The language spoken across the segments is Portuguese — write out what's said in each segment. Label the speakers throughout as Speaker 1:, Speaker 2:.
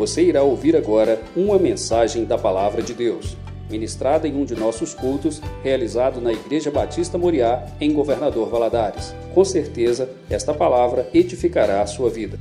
Speaker 1: Você irá ouvir agora uma mensagem da Palavra de Deus, ministrada em um de nossos cultos, realizado na Igreja Batista Moriá, em Governador Valadares. Com certeza, esta palavra edificará a sua vida.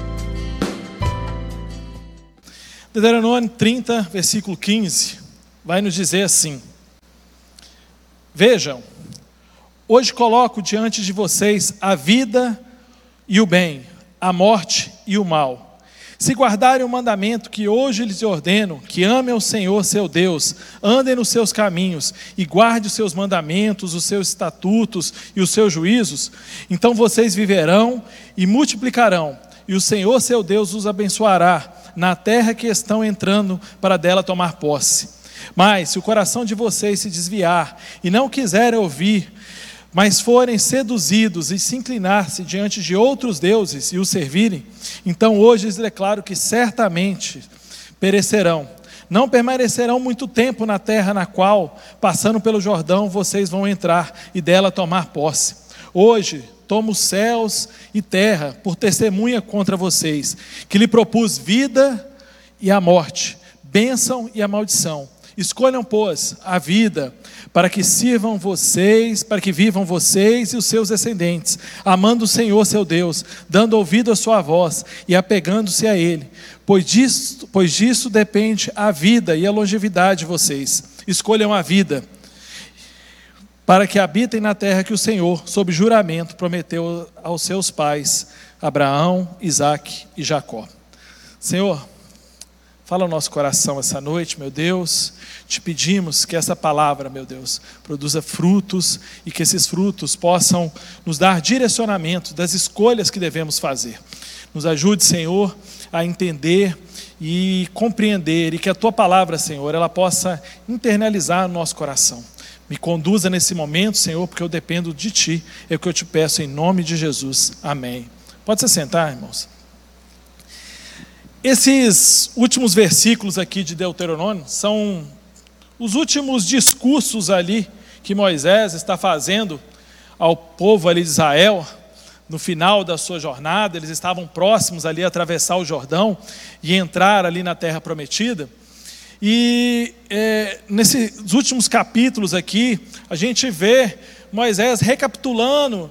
Speaker 2: Deuteronômio 30, versículo 15, vai nos dizer assim: Vejam, hoje coloco diante de vocês a vida e o bem, a morte e o mal. Se guardarem o mandamento que hoje lhes ordeno, que amem o Senhor seu Deus, andem nos seus caminhos e guardem os seus mandamentos, os seus estatutos e os seus juízos, então vocês viverão e multiplicarão, e o Senhor seu Deus os abençoará na terra que estão entrando para dela tomar posse. Mas se o coração de vocês se desviar e não quiserem ouvir, mas forem seduzidos e se inclinar-se diante de outros deuses e os servirem, então hoje lhes declaro que certamente perecerão. Não permanecerão muito tempo na terra na qual, passando pelo Jordão, vocês vão entrar e dela tomar posse. Hoje tomo os céus e terra por testemunha contra vocês, que lhe propus vida e a morte, bênção e a maldição. Escolham, pois, a vida, para que sirvam vocês, para que vivam vocês e os seus descendentes, amando o Senhor seu Deus, dando ouvido à sua voz e apegando-se a Ele, pois disso depende a vida e a longevidade de vocês. Escolham a vida, para que habitem na terra que o Senhor, sob juramento, prometeu aos seus pais, Abraão, Isaque e Jacó. Senhor, fala ao nosso coração essa noite, meu Deus. Te pedimos que essa palavra, meu Deus, produza frutos e que esses frutos possam nos dar direcionamento das escolhas que devemos fazer. Nos ajude, Senhor, a entender e compreender, e que a Tua palavra, Senhor, ela possa internalizar no nosso coração. Me conduza nesse momento, Senhor, porque eu dependo de Ti. É o que eu te peço em nome de Jesus. Amém. Pode se sentar, irmãos. Esses últimos versículos aqui de Deuteronômio são os últimos discursos ali que Moisés está fazendo ao povo ali de Israel, no final da sua jornada. Eles estavam próximos ali a atravessar o Jordão e entrar ali na terra prometida. E nesses últimos capítulos aqui, a gente vê Moisés recapitulando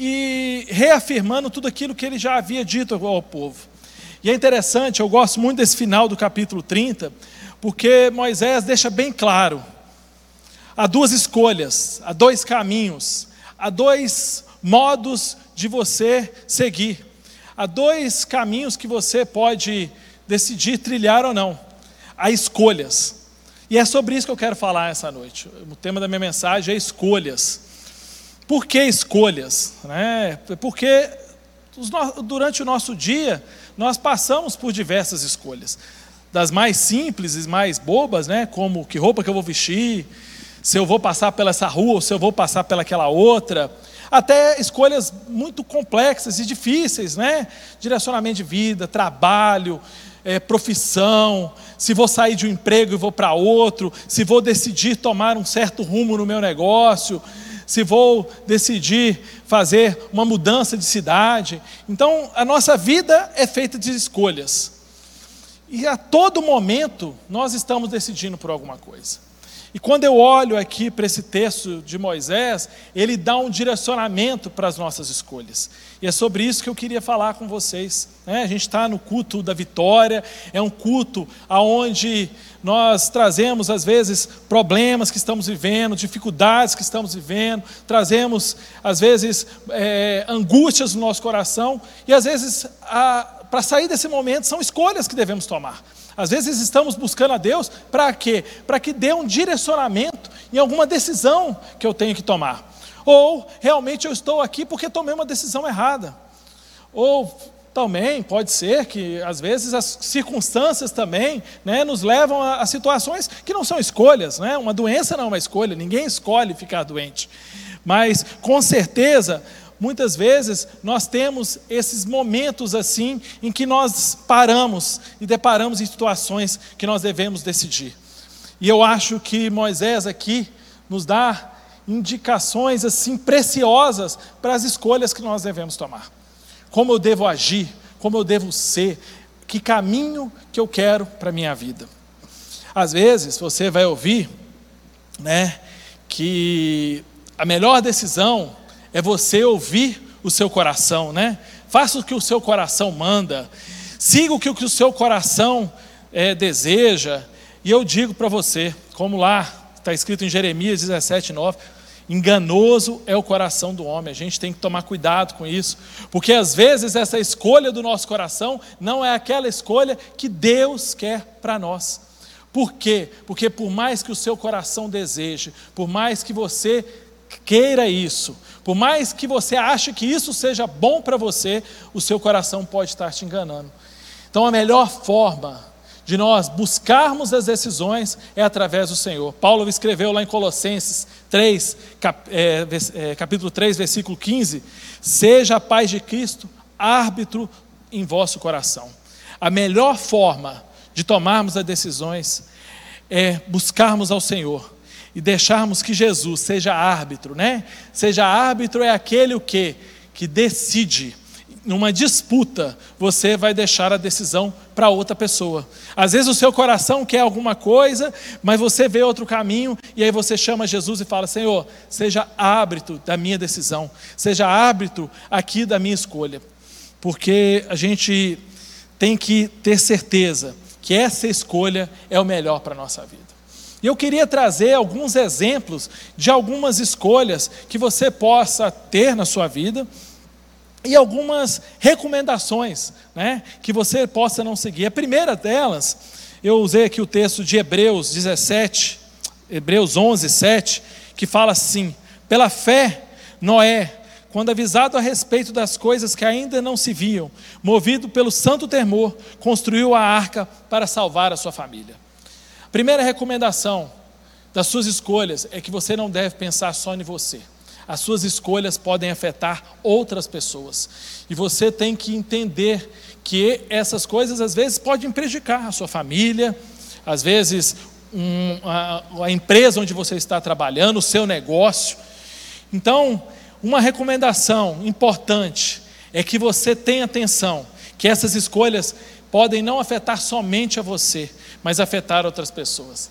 Speaker 2: e reafirmando tudo aquilo que ele já havia dito ao povo. E é interessante, eu gosto muito desse final do capítulo 30, porque Moisés deixa bem claro: há duas escolhas, há dois caminhos, há dois modos de você seguir, há dois caminhos que você pode decidir trilhar ou não. Há escolhas, e é sobre isso que eu quero falar essa noite. O tema da minha mensagem é escolhas. Por que escolhas? Porque durante o nosso dia nós passamos por diversas escolhas, das mais simples e mais bobas, como que roupa que eu vou vestir, se eu vou passar pela essa rua ou se eu vou passar pelaquela outra, até escolhas muito complexas e difíceis, direcionamento de vida, trabalho, profissão, se vou sair de um emprego e vou para outro, se vou decidir tomar um certo rumo no meu negócio, se vou decidir fazer uma mudança de cidade. Então, a nossa vida é feita de escolhas. E a todo momento, nós estamos decidindo por alguma coisa. E quando eu olho aqui para esse texto de Moisés, ele dá um direcionamento para as nossas escolhas. E é sobre isso que eu queria falar com vocês. A gente está no culto da vitória, é um culto onde nós trazemos, às vezes, problemas que estamos vivendo, dificuldades que estamos vivendo, trazemos, às vezes, angústias no nosso coração, e às vezes, para sair desse momento, são escolhas que devemos tomar. Às vezes estamos buscando a Deus para quê? Para que dê um direcionamento em alguma decisão que eu tenho que tomar. Ou realmente eu estou aqui porque tomei uma decisão errada. Ou também pode ser que às vezes as circunstâncias também nos levam a situações que não são escolhas. Uma doença não é uma escolha, ninguém escolhe ficar doente. Mas com certeza, muitas vezes nós temos esses momentos assim em que nós paramos e deparamos em situações que nós devemos decidir. E eu acho que Moisés aqui nos dá indicações assim preciosas para as escolhas que nós devemos tomar. Como eu devo agir, como eu devo ser, que caminho que eu quero para a minha vida. Às vezes você vai ouvir, né, que a melhor decisão é você ouvir o seu coração, né? Faça o que o seu coração manda, siga o que o seu coração deseja. E eu digo para você, como lá está escrito em Jeremias 17:9, enganoso é o coração do homem. A gente tem que tomar cuidado com isso, porque às vezes essa escolha do nosso coração não é aquela escolha que Deus quer para nós. Por quê? Porque por mais que o seu coração deseje, por mais que você queira isso, por mais que você ache que isso seja bom para você, o seu coração pode estar te enganando. Então a melhor forma de nós buscarmos as decisões é através do Senhor. Paulo escreveu lá em Colossenses 3, capítulo 3, versículo 15, seja a paz de Cristo árbitro em vosso coração. A melhor forma de tomarmos as decisões é buscarmos ao Senhor e deixarmos que Jesus seja árbitro, né? Seja árbitro é aquele que decide. Numa disputa, você vai deixar a decisão para outra pessoa. Às vezes o seu coração quer alguma coisa, mas você vê outro caminho, e aí você chama Jesus e fala: Senhor, seja árbitro da minha decisão, seja árbitro aqui da minha escolha. Porque a gente tem que ter certeza que essa escolha é o melhor para a nossa vida. E eu queria trazer alguns exemplos de algumas escolhas que você possa ter na sua vida, e algumas recomendações, né, que você possa não seguir. A primeira delas, eu usei aqui o texto de Hebreus 11:7, que fala assim: pela fé, Noé, quando avisado a respeito das coisas que ainda não se viam, movido pelo santo temor, construiu a arca para salvar a sua família. A primeira recomendação das suas escolhas é que você não deve pensar só em você. As suas escolhas podem afetar outras pessoas. E você tem que entender que essas coisas às vezes podem prejudicar a sua família, às vezes a empresa onde você está trabalhando, o seu negócio. Então, uma recomendação importante é que você tenha atenção, que essas escolhas podem não afetar somente a você, mas afetar outras pessoas.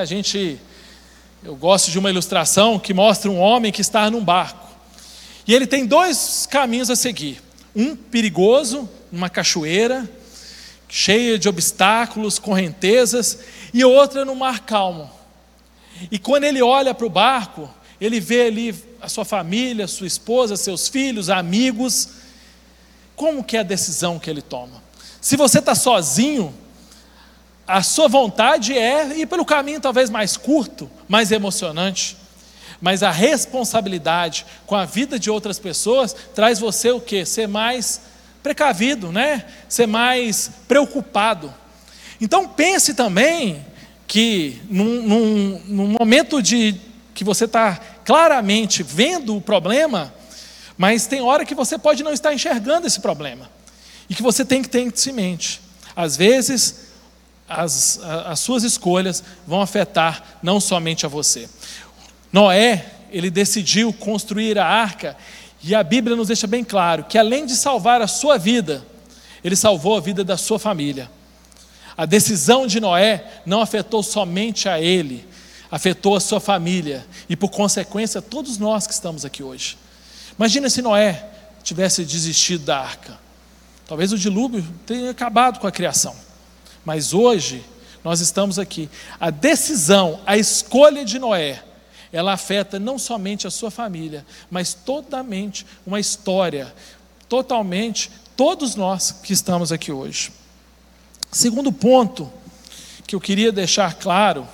Speaker 2: Eu gosto de uma ilustração que mostra um homem que está num barco. E ele tem dois caminhos a seguir. Um perigoso, uma cachoeira, cheia de obstáculos, correntezas, e outra no mar calmo. E quando ele olha para o barco, ele vê ali a sua família, sua esposa, seus filhos, amigos. Como que é a decisão que ele toma? Se você está sozinho, a sua vontade é ir pelo caminho talvez mais curto, mais emocionante, mas a responsabilidade com a vida de outras pessoas traz você o quê? Ser mais precavido, né? Ser mais preocupado. Então pense também que num momento que você está claramente vendo o problema, mas tem hora que você pode não estar enxergando esse problema, e que você tem que ter isso em mente. Às vezes as suas escolhas vão afetar não somente a você. Noé, ele decidiu construir a arca, e a Bíblia nos deixa bem claro que além de salvar a sua vida, ele salvou a vida da sua família. A decisão de Noé não afetou somente a ele, afetou a sua família, e por consequência todos nós que estamos aqui hoje. Imagina se Noé tivesse desistido da arca. Talvez o dilúvio tenha acabado com a criação. Mas hoje, nós estamos aqui. A decisão, a escolha de Noé, ela afeta não somente a sua família, mas totalmente uma história, totalmente todos nós que estamos aqui hoje. Segundo ponto que eu queria deixar claro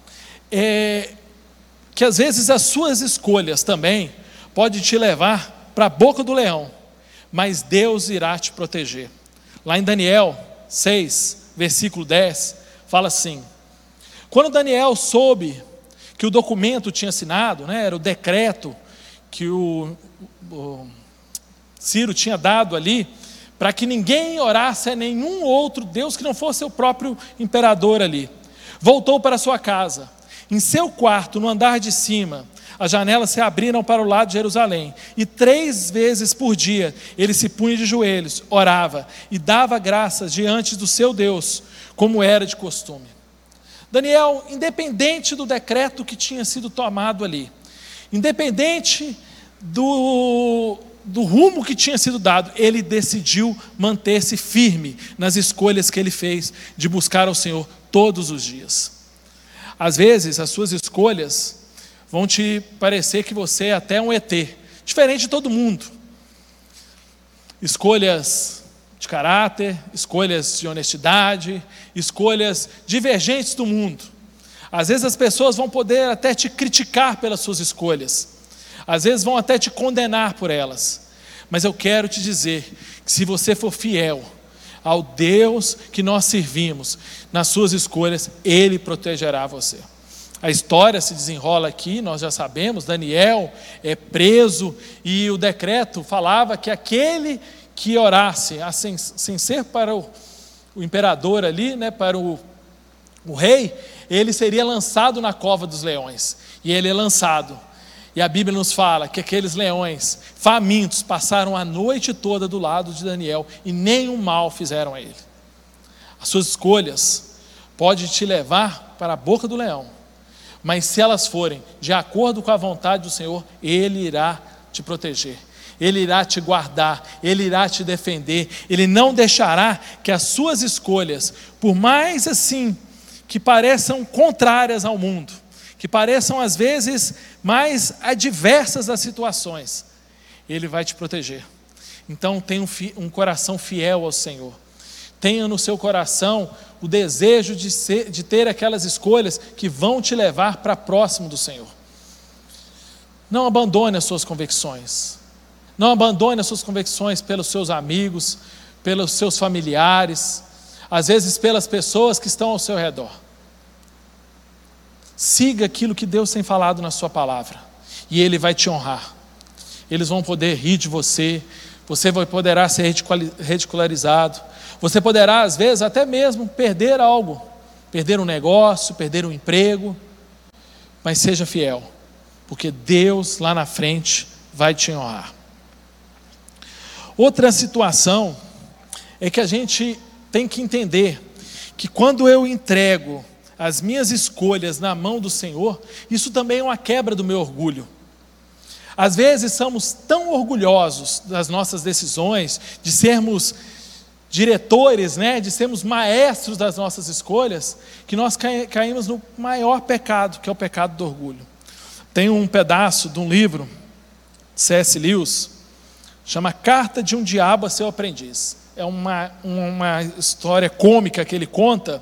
Speaker 2: é que às vezes as suas escolhas também podem te levar para a boca do leão, mas Deus irá te proteger. Lá em Daniel 6, versículo 10, fala assim: quando Daniel soube que o documento tinha assinado, né, era o decreto que o Ciro tinha dado ali, para que ninguém orasse a nenhum outro Deus que não fosse o próprio imperador ali, voltou para sua casa. Em seu quarto, no andar de cima, as janelas se abriram para o lado de Jerusalém, e 3 vezes por dia ele se punha de joelhos, orava e dava graças diante do seu Deus, como era de costume. Daniel, independente do decreto que tinha sido tomado ali, independente do rumo que tinha sido dado, ele decidiu manter-se firme nas escolhas que ele fez de buscar ao Senhor todos os dias. Às vezes, as suas escolhas vão te parecer que você é até um ET, diferente de todo mundo. Escolhas de caráter, escolhas de honestidade, escolhas divergentes do mundo. Às vezes as pessoas vão poder até te criticar pelas suas escolhas, às vezes vão até te condenar por elas, mas eu quero te dizer que se você for fiel ao Deus que nós servimos, nas suas escolhas, Ele protegerá você. A história se desenrola aqui, nós já sabemos, Daniel é preso, e o decreto falava que aquele que orasse, sem ser para o imperador ali, né, para o rei, ele seria lançado na cova dos leões, e ele é lançado. E a Bíblia nos fala que aqueles leões famintos passaram a noite toda do lado de Daniel e nenhum mal fizeram a ele. As suas escolhas podem te levar para a boca do leão, mas se elas forem de acordo com a vontade do Senhor, Ele irá te proteger, Ele irá te guardar, Ele irá te defender, Ele não deixará que as suas escolhas, por mais assim que pareçam contrárias ao mundo, que pareçam às vezes mais adversas das situações, Ele vai te proteger. Então tenha um coração fiel ao Senhor, tenha no seu coração o desejo de ter aquelas escolhas que vão te levar para próximo do Senhor. Não abandone as suas convicções, não abandone as suas convicções pelos seus amigos, pelos seus familiares, às vezes pelas pessoas que estão ao seu redor. Siga aquilo que Deus tem falado na sua palavra, e Ele vai te honrar. Eles vão poder rir de você, você poderá ser ridicularizado, você poderá às vezes até mesmo perder algo, perder um negócio, perder um emprego, mas seja fiel, porque Deus lá na frente vai te honrar. Outra situação é que a gente tem que entender que quando eu entrego as minhas escolhas na mão do Senhor, isso também é uma quebra do meu orgulho. Às vezes somos tão orgulhosos das nossas decisões, de sermos diretores, né, de sermos maestros das nossas escolhas, que nós caímos no maior pecado, que é o pecado do orgulho. Tem um pedaço de um livro, C.S. Lewis, chama Carta de um Diabo a Seu Aprendiz. É uma história cômica que ele conta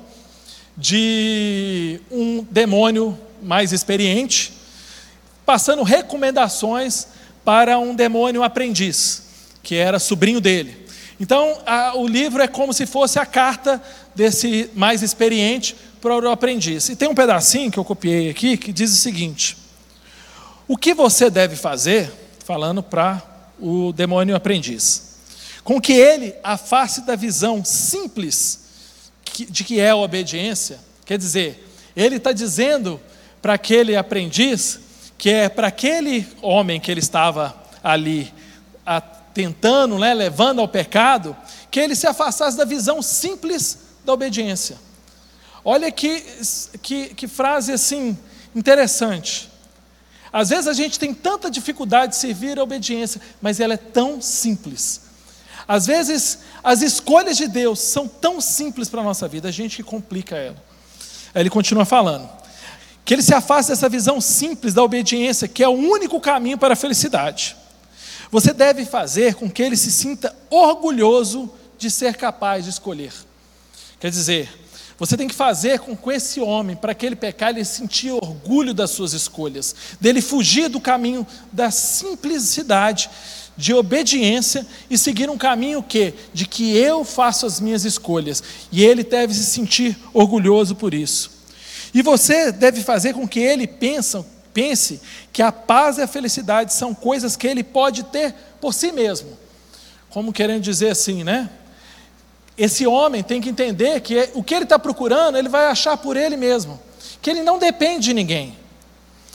Speaker 2: de um demônio mais experiente, passando recomendações para um demônio aprendiz, que era sobrinho dele. Então, o livro é como se fosse a carta desse mais experiente para o aprendiz. E tem um pedacinho que eu copiei aqui, que diz o seguinte: o que você deve fazer, falando para o demônio aprendiz, com que ele afaste da visão simples de que é a obediência. Quer dizer, ele está dizendo para aquele aprendiz, que é para aquele homem que ele estava ali tentando, né, levando ao pecado, que ele se afastasse da visão simples da obediência. Olha que frase assim interessante. Às vezes a gente tem tanta dificuldade de servir a obediência, mas ela é tão simples. Às vezes as escolhas de Deus são tão simples para a nossa vida, a gente que complica ela. Aí ele continua falando, que ele se afaste dessa visão simples da obediência, que é o único caminho para a felicidade. Você deve fazer com que ele se sinta orgulhoso de ser capaz de escolher. Quer dizer, você tem que fazer com que esse homem, para que ele pecar, ele sentir orgulho das suas escolhas, dele fugir do caminho da simplicidade, de obediência, e seguir um caminho de que eu faço as minhas escolhas, e ele deve se sentir orgulhoso por isso. E você deve fazer com que ele pense que a paz e a felicidade são coisas que ele pode ter por si mesmo. Como querendo dizer assim, né? Esse homem tem que entender que o que ele está procurando, ele vai achar por ele mesmo, que ele não depende de ninguém.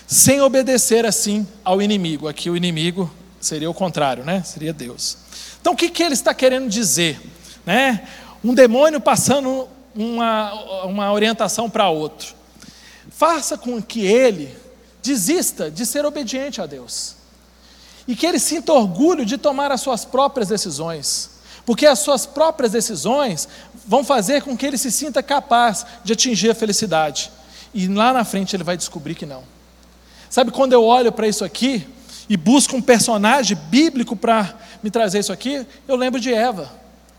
Speaker 2: sem obedecer assim ao inimigo. Aqui o inimigo seria o contrário, né? Seria Deus. Então o que ele está querendo dizer, né? Um demônio passando uma orientação para outro. Faça com que ele desista de ser obediente a Deus. E que ele sinta orgulho de tomar as suas próprias decisões. Porque as suas próprias decisões vão fazer com que ele se sinta capaz de atingir a felicidade. E lá na frente ele vai descobrir que não. Sabe, quando eu olho para isso aqui e busco um personagem bíblico para me trazer isso aqui, eu lembro de Eva.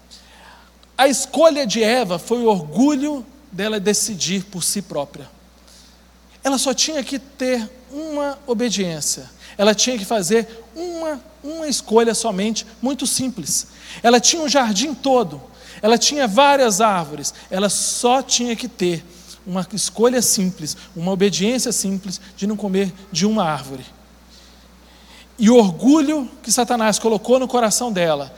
Speaker 2: A escolha de Eva foi o orgulho dela decidir por si própria. Ela só tinha que ter uma obediência. Ela tinha que fazer uma escolha somente, muito simples. Ela tinha um jardim todo, ela tinha várias árvores, ela só tinha que ter uma escolha simples, uma obediência simples de não comer de uma árvore. E o orgulho que Satanás colocou no coração dela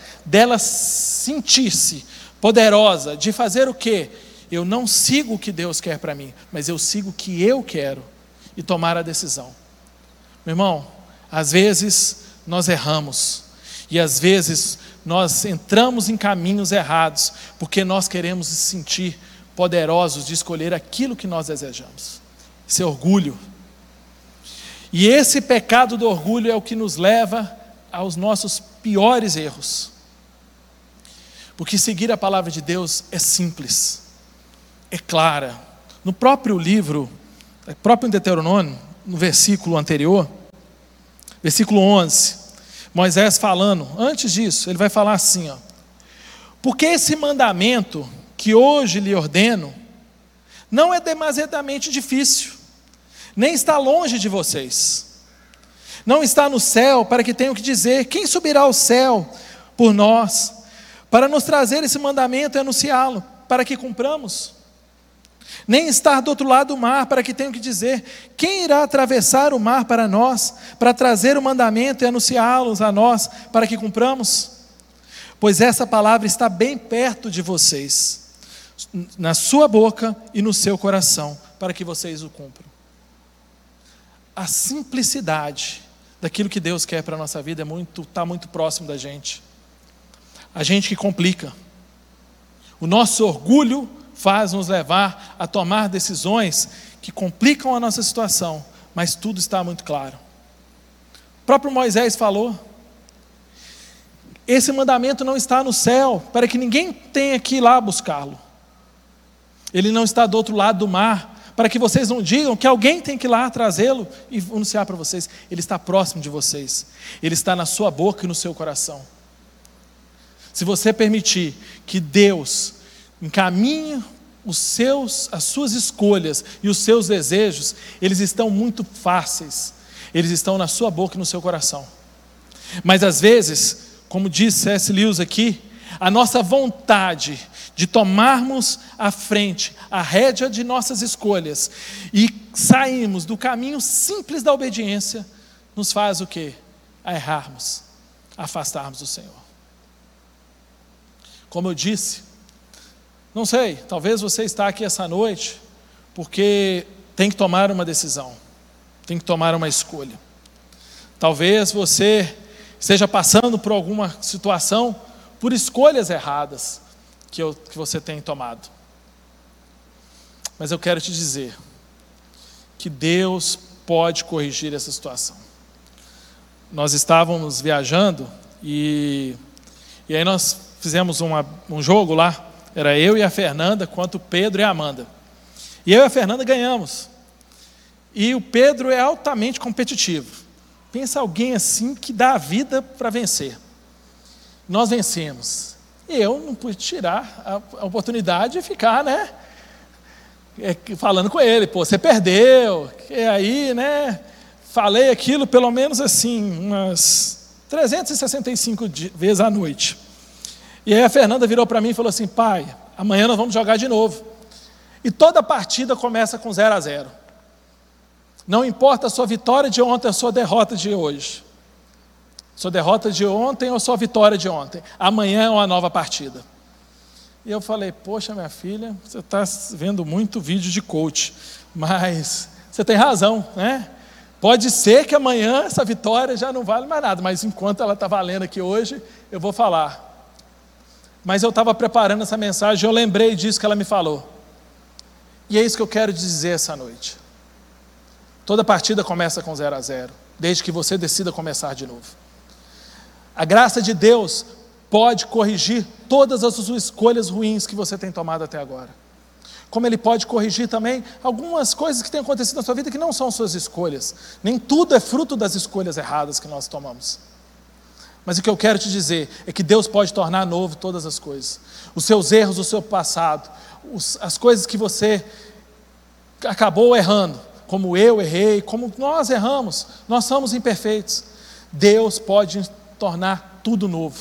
Speaker 2: sentir-se poderosa, de fazer o quê? Eu não sigo o que Deus quer para mim, mas eu sigo o que eu quero, e tomar a decisão. Meu irmão, às vezes nós erramos, e às vezes nós entramos em caminhos errados, porque nós queremos nos sentir poderosos de escolher aquilo que nós desejamos. Esse orgulho. E esse pecado do orgulho é o que nos leva aos nossos piores erros. Porque seguir a palavra de Deus é simples, é clara. No próprio livro, próprio Deuteronômio, no versículo anterior, versículo 11, Moisés falando, antes disso, ele vai falar assim, ó: porque esse mandamento que hoje lhe ordeno, não é demasiadamente difícil, nem está longe de vocês, não está no céu, para que tenham que dizer, quem subirá ao céu por nós, para nos trazer esse mandamento e anunciá-lo, para que cumpramos? Nem estar do outro lado do mar, para que tenham que dizer, quem irá atravessar o mar para nós, para trazer o mandamento e anunciá-los a nós, para que cumpramos? Pois essa palavra está bem perto de vocês, na sua boca e no seu coração, para que vocês o cumpram. A simplicidade daquilo que Deus quer para a nossa vida está muito próximo da gente. A gente que complica. O nosso orgulho faz nos levar a tomar decisões que complicam a nossa situação, mas tudo está muito claro. O próprio Moisés falou, esse mandamento não está no céu, para que ninguém tenha que ir lá buscá-lo. Ele não está do outro lado do mar, para que vocês não digam que alguém tem que ir lá trazê-lo e anunciar para vocês. Ele está próximo de vocês, ele está na sua boca e no seu coração. Se você permitir que Deus encaminhe as suas escolhas e os seus desejos, eles estão muito fáceis, eles estão na sua boca e no seu coração. Mas às vezes, como disse C.S. Lewis aqui, a nossa vontade de tomarmos à frente a rédea de nossas escolhas e sairmos do caminho simples da obediência, nos faz o quê? A errarmos, a afastarmos do Senhor. Como eu disse, não sei, talvez você está aqui essa noite porque tem que tomar uma decisão, tem que tomar uma escolha. Talvez você esteja passando por alguma situação, por escolhas erradas que você tem tomado. Mas eu quero te dizer que Deus pode corrigir essa situação. Nós estávamos viajando e aí nós fizemos um jogo lá. Era eu e a Fernanda contra o Pedro e a Amanda. E eu e a Fernanda ganhamos. E o Pedro é altamente competitivo. Pensa alguém assim que dá a vida para vencer. Nós vencemos. E eu não pude tirar a oportunidade de ficar, né? Falando com ele, pô, você perdeu. E aí, né? Falei aquilo pelo menos assim, umas 365 vezes à noite. E aí a Fernanda virou para mim e falou assim, pai, amanhã nós vamos jogar de novo. E toda partida começa com 0-0. Não importa a sua vitória de ontem ou a sua derrota de hoje. Sua derrota de ontem ou sua vitória de ontem. Amanhã é uma nova partida. E eu falei, poxa minha filha, você está vendo muito vídeo de coach, mas você tem razão, né? Pode ser que amanhã essa vitória já não vale mais nada, mas enquanto ela está valendo aqui hoje, eu vou falar. Mas eu estava preparando essa mensagem e eu lembrei disso que ela me falou. E é isso que eu quero dizer essa noite. Toda partida começa com 0-0, desde que você decida começar de novo. A graça de Deus pode corrigir todas as suas escolhas ruins que você tem tomado até agora. Como Ele pode corrigir também algumas coisas que têm acontecido na sua vida que não são suas escolhas. Nem tudo é fruto das escolhas erradas que nós tomamos. Mas o que eu quero te dizer é que Deus pode tornar novo todas as coisas. Os seus erros, o seu passado, as coisas que você acabou errando, como eu errei, como nós erramos, nós somos imperfeitos. Deus pode tornar tudo novo.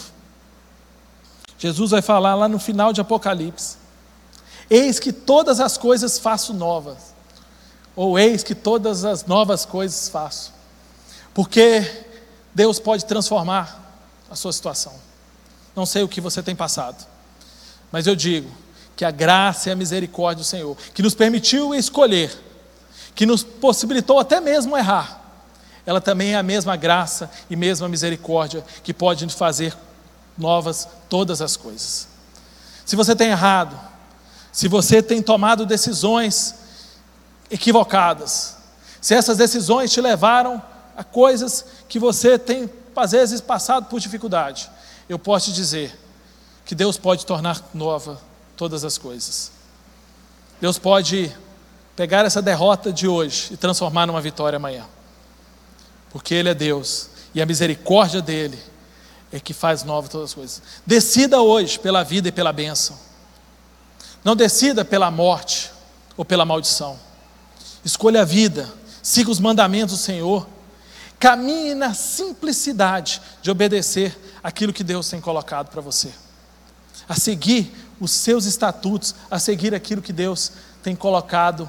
Speaker 2: Jesus vai falar lá no final de Apocalipse: eis que todas as coisas faço novas, ou eis que todas as novas coisas faço, porque Deus pode transformar a sua situação. Não sei o que você tem passado, mas eu digo que a graça e a misericórdia do Senhor, que nos permitiu escolher, que nos possibilitou até mesmo errar, ela também é a mesma graça e mesma misericórdia que pode nos fazer novas todas as coisas. Se você tem errado, se você tem tomado decisões equivocadas, se essas decisões te levaram a coisas que você tem, às vezes, passado por dificuldade, eu posso te dizer que Deus pode tornar nova todas as coisas. Deus pode pegar essa derrota de hoje e transformar numa vitória amanhã, porque Ele é Deus e a misericórdia dEle é que faz nova todas as coisas. Decida hoje pela vida e pela bênção. Não decida pela morte ou pela maldição. Escolha a vida, siga os mandamentos do Senhor, caminhe na simplicidade de obedecer aquilo que Deus tem colocado para você, a seguir os seus estatutos, a seguir aquilo que Deus tem colocado,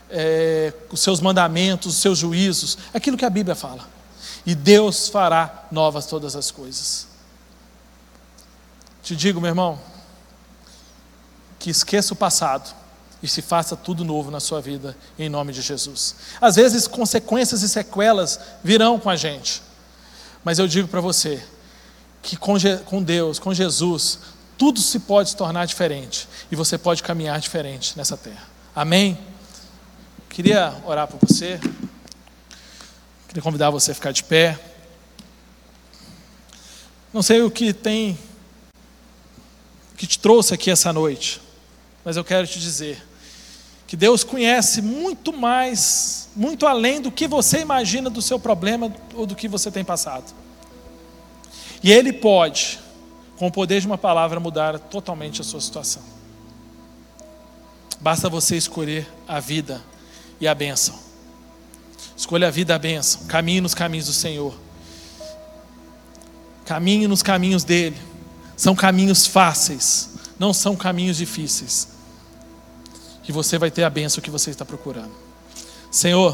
Speaker 2: os seus mandamentos, os seus juízos, aquilo que a Bíblia fala. E Deus fará novas todas as coisas. Te digo, meu irmão, que esqueça o passado e se faça tudo novo na sua vida, em nome de Jesus. Às vezes consequências e sequelas virão com a gente, mas eu digo para você que com Deus, com Jesus, tudo se pode tornar diferente e você pode caminhar diferente nessa terra. Amém? Queria orar por você, queria convidar você a ficar de pé. Não sei o que te trouxe aqui essa noite, mas eu quero te dizer que Deus conhece muito mais, muito além do que você imagina do seu problema ou do que você tem passado. E Ele pode, com o poder de uma palavra, mudar totalmente a sua situação. Basta você escolher a vida e a bênção. Escolha a vida e a bênção. Caminhe nos caminhos do Senhor. Caminhe nos caminhos dEle. São caminhos fáceis, não são caminhos difíceis. E você vai ter a bênção que você está procurando. Senhor,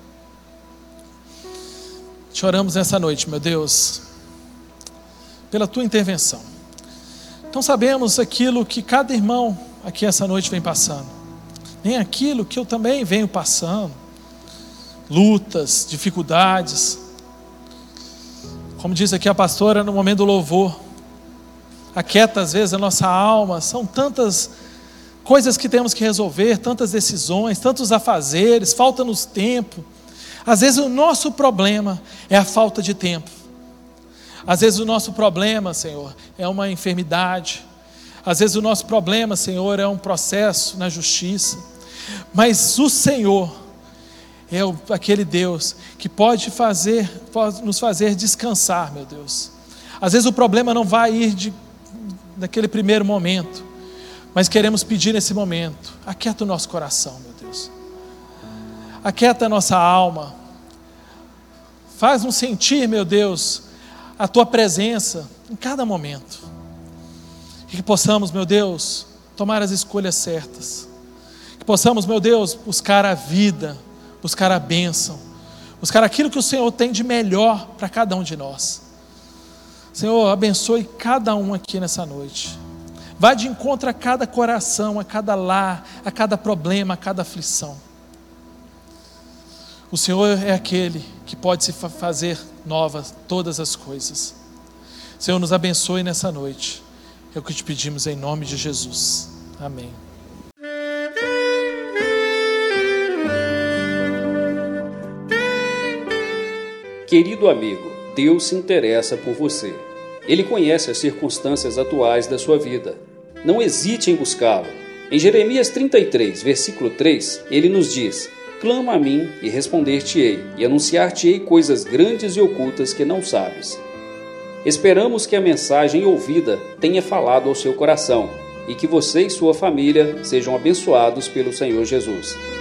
Speaker 2: te oramos nessa noite, meu Deus, pela Tua intervenção. Não sabemos aquilo que cada irmão aqui essa noite vem passando, nem aquilo que eu também venho passando, lutas, dificuldades. Como diz aqui a pastora no momento do louvor, aquieta às vezes a nossa alma, são tantas coisas que temos que resolver, tantas decisões, tantos afazeres, falta-nos tempo. Às vezes o nosso problema é a falta de tempo. Às vezes o nosso problema, Senhor, é uma enfermidade. Às vezes o nosso problema, Senhor, é um processo na justiça. Mas o Senhor é aquele Deus que pode nos fazer descansar, meu Deus. Às vezes o problema não vai ir naquele primeiro momento, mas queremos pedir nesse momento, aquieta o nosso coração, meu Deus. Aquieta a nossa alma. Faz-nos sentir, meu Deus, a Tua presença em cada momento. E que possamos, meu Deus, tomar as escolhas certas. Que possamos, meu Deus, buscar a vida, buscar a bênção, buscar aquilo que o Senhor tem de melhor para cada um de nós. Senhor, abençoe cada um aqui nessa noite. Vá de encontro a cada coração, a cada lar, a cada problema, a cada aflição. O Senhor é aquele que pode se fazer nova todas as coisas. Senhor, nos abençoe nessa noite. É o que te pedimos em nome de Jesus. Amém.
Speaker 1: Querido amigo, Deus se interessa por você. Ele conhece as circunstâncias atuais da sua vida. Não hesite em buscá-lo. Em Jeremias 33, versículo 3, ele nos diz: clama a mim e responder-te-ei, e anunciar-te-ei coisas grandes e ocultas que não sabes. Esperamos que a mensagem ouvida tenha falado ao seu coração e que você e sua família sejam abençoados pelo Senhor Jesus.